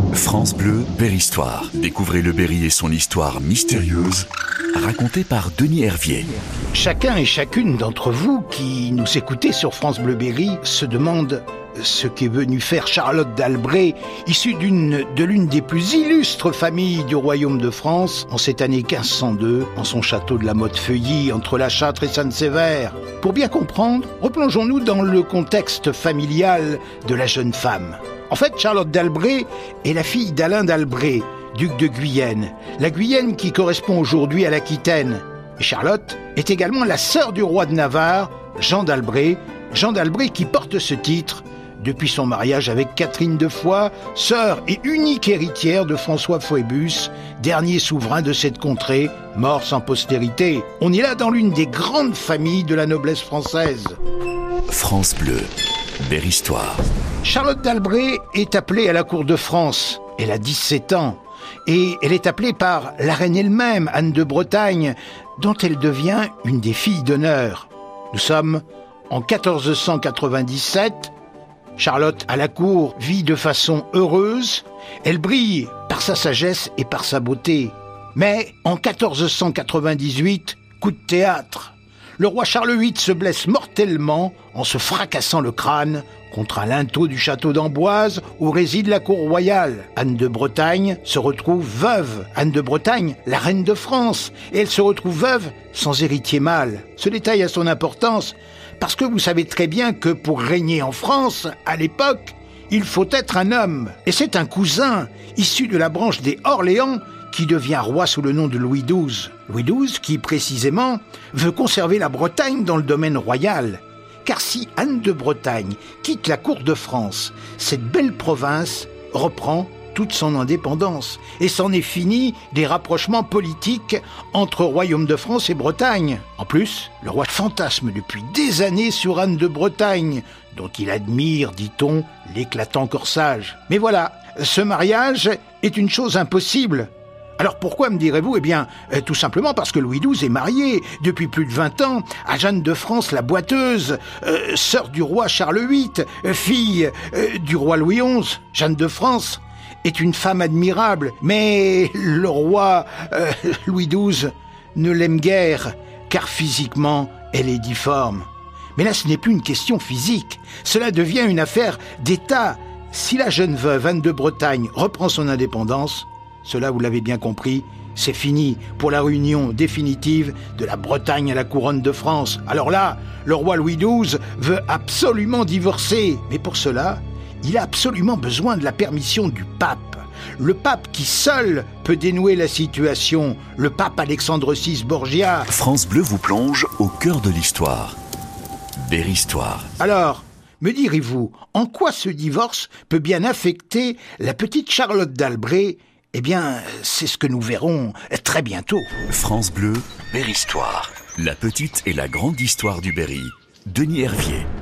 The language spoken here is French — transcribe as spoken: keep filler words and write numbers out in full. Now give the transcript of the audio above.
France Bleu, Berry-Histoire. Découvrez le Berry et son histoire mystérieuse, racontée par Denis Hervier. Chacun et chacune d'entre vous qui nous écoutez sur France Bleu Berry se demande ce qu'est venu faire Charlotte d'Albret, issue d'une, de l'une des plus illustres familles du royaume de France, en cette année quinze cent deux, en son château de la Motte-Feuilly, entre La Châtre et Sainte-Sévère. Pour bien comprendre, replongeons-nous dans le contexte familial de la jeune femme. En fait, Charlotte d'Albret est la fille d'Alain d'Albret, duc de Guyenne, la Guyenne qui correspond aujourd'hui à l'Aquitaine. Et Charlotte est également la sœur du roi de Navarre, Jean d'Albret, Jean d'Albret qui porte ce titre depuis son mariage avec Catherine de Foix, sœur et unique héritière de François Phoebus, dernier souverain de cette contrée, mort sans postérité. On est là dans l'une des grandes familles de la noblesse française. France Bleu, Berry-Histoire. Charlotte d'Albret est appelée à la cour de France. Elle a dix-sept ans. Et elle est appelée par la reine elle-même, Anne de Bretagne, dont elle devient une des filles d'honneur. Nous sommes en quatorze cent quatre-vingt-dix-sept. Charlotte, à la cour, vit de façon heureuse. Elle brille par sa sagesse et par sa beauté. Mais en quatorze cent quatre-vingt-dix-huit, coup de théâtre. Le roi Charles huit se blesse mortellement en se fracassant le crâne contre un linteau du château d'Amboise où réside la cour royale. Anne de Bretagne se retrouve veuve. Anne de Bretagne, la reine de France. Et elle se retrouve veuve sans héritier mâle. Ce détail a son importance parce que vous savez très bien que pour régner en France, à l'époque, il faut être un homme. Et c'est un cousin issu de la branche des Orléans qui devient roi sous le nom de Louis douze. Louis douze qui, précisément, veut conserver la Bretagne dans le domaine royal. Car si Anne de Bretagne quitte la cour de France, cette belle province reprend toute son indépendance. Et c'en est fini des rapprochements politiques entre Royaume de France et Bretagne. En plus, le roi fantasme depuis des années sur Anne de Bretagne, dont il admire, dit-on, l'éclatant corsage. Mais voilà, ce mariage est une chose impossible. Alors pourquoi, me direz-vous? Eh bien, euh, tout simplement parce que Louis douze est marié, depuis plus de vingt ans, à Jeanne de France la Boiteuse, euh, sœur du roi Charles huit, euh, fille euh, du roi Louis onze. Jeanne de France est une femme admirable, mais le roi euh, Louis douze ne l'aime guère, car physiquement, elle est difforme. Mais là, ce n'est plus une question physique, cela devient une affaire d'État. Si la jeune veuve Anne de Bretagne reprend son indépendance, cela, vous l'avez bien compris, c'est fini pour la réunion définitive de la Bretagne à la couronne de France. Alors là, le roi Louis douze veut absolument divorcer. Mais pour cela, il a absolument besoin de la permission du pape. Le pape qui seul peut dénouer la situation. Le pape Alexandre six Borgia. France Bleu vous plonge au cœur de l'histoire. Berry-Histoire. Alors, me direz-vous, en quoi ce divorce peut bien affecter la petite Charlotte d'Albret ? Eh bien, c'est ce que nous verrons très bientôt. France Bleu, Berry-Histoire. La petite et la grande histoire du Berry. Denis Hervier.